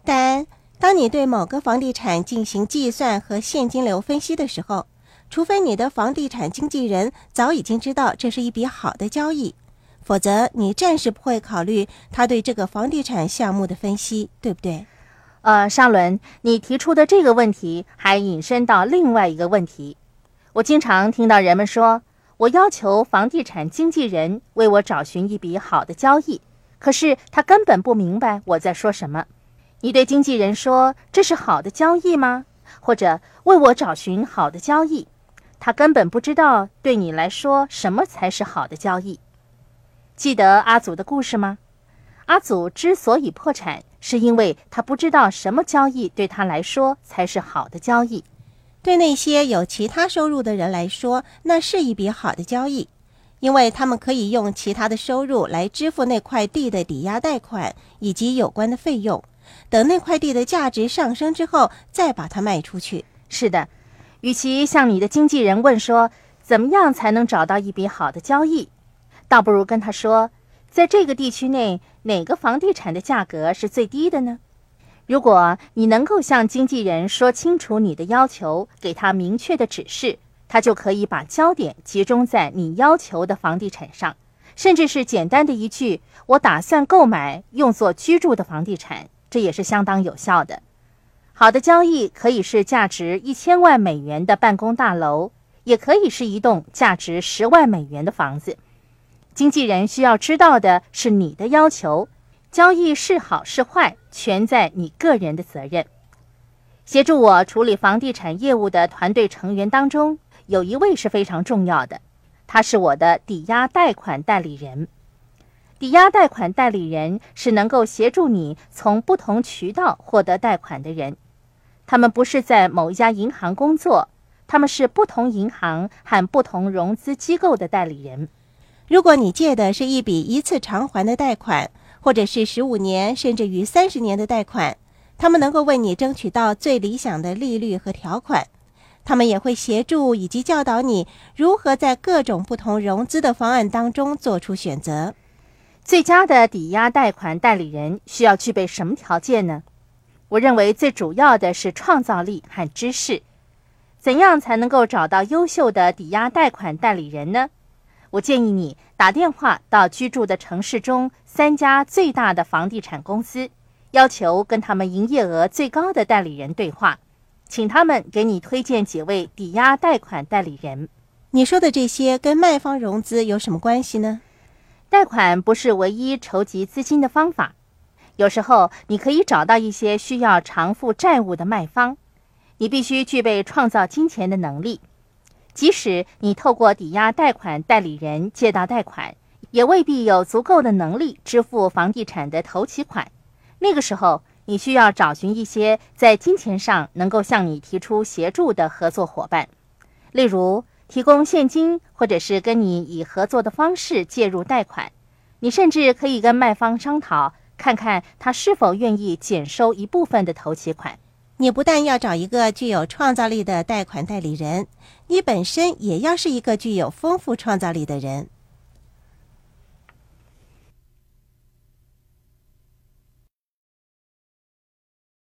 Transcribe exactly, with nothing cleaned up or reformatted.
但当你对某个房地产进行计算和现金流分析的时候，除非你的房地产经纪人早已经知道这是一笔好的交易，否则你暂时不会考虑他对这个房地产项目的分析，对不对？ 呃，沙伦，你提出的这个问题还引申到另外一个问题。我经常听到人们说，我要求房地产经纪人为我找寻一笔好的交易，可是他根本不明白我在说什么。你对经纪人说这是好的交易吗？或者为我找寻好的交易，他根本不知道对你来说什么才是好的交易。记得阿祖的故事吗？阿祖之所以破产，是因为他不知道什么交易对他来说才是好的交易。 对那些有其他收入的人来说，那是一笔好的交易，因为他们可以用其他的收入来支付那块地的抵押贷款以及有关的费用，等那块地的价值上升之后再把它卖出去。 是的，与其向你的经纪人问说怎么样才能找到一笔好的交易，倒不如跟他说，在这个地区内哪个房地产的价格是最低的呢？如果你能够向经纪人说清楚你的要求，给他明确的指示，他就可以把焦点集中在你要求的房地产上，甚至是简单的一句我打算购买用作居住的房地产，这也是相当有效的。好的交易可以是价值一千万美元的办公大楼，也可以是一栋价值十万美元的房子。经纪人需要知道的是你的要求，交易是好是坏，全在你个人的责任。协助我处理房地产业务的团队成员当中，有一位是非常重要的，他是我的抵押贷款代理人。抵押贷款代理人是能够协助你从不同渠道获得贷款的人。他们不是在某一家银行工作，他们是不同银行和不同融资机构的代理人。 如果你借的是一笔一次偿还的贷款，或者是十五年甚至于三十年的贷款，他们能够为你争取到最理想的利率和条款。他们也会协助以及教导你如何在各种不同融资的方案当中做出选择。 最佳的抵押贷款代理人需要具备什么条件呢？我认为最主要的是创造力和知识。怎样才能够找到优秀的抵押贷款代理人呢？我建议你打电话到居住的城市中三家最大的房地产公司，要求跟他们营业额最高的代理人对话，请他们给你推荐几位抵押贷款代理人。 你说的这些跟卖方融资有什么关系呢？ 贷款不是唯一筹集资金的方法，有时候你可以找到一些需要偿付债务的卖方，你必须具备创造金钱的能力。即使你透过抵押贷款代理人借到贷款，也未必有足够的能力支付房地产的头期款。那个时候，你需要找寻一些在金钱上能够向你提出协助的合作伙伴，例如提供现金，或者是跟你以合作的方式介入贷款。你甚至可以跟卖方商讨，看看他是否愿意减收一部分的头期款。 你不但要找一个具有创造力的贷款代理人，你本身也要是一个具有丰富创造力的人。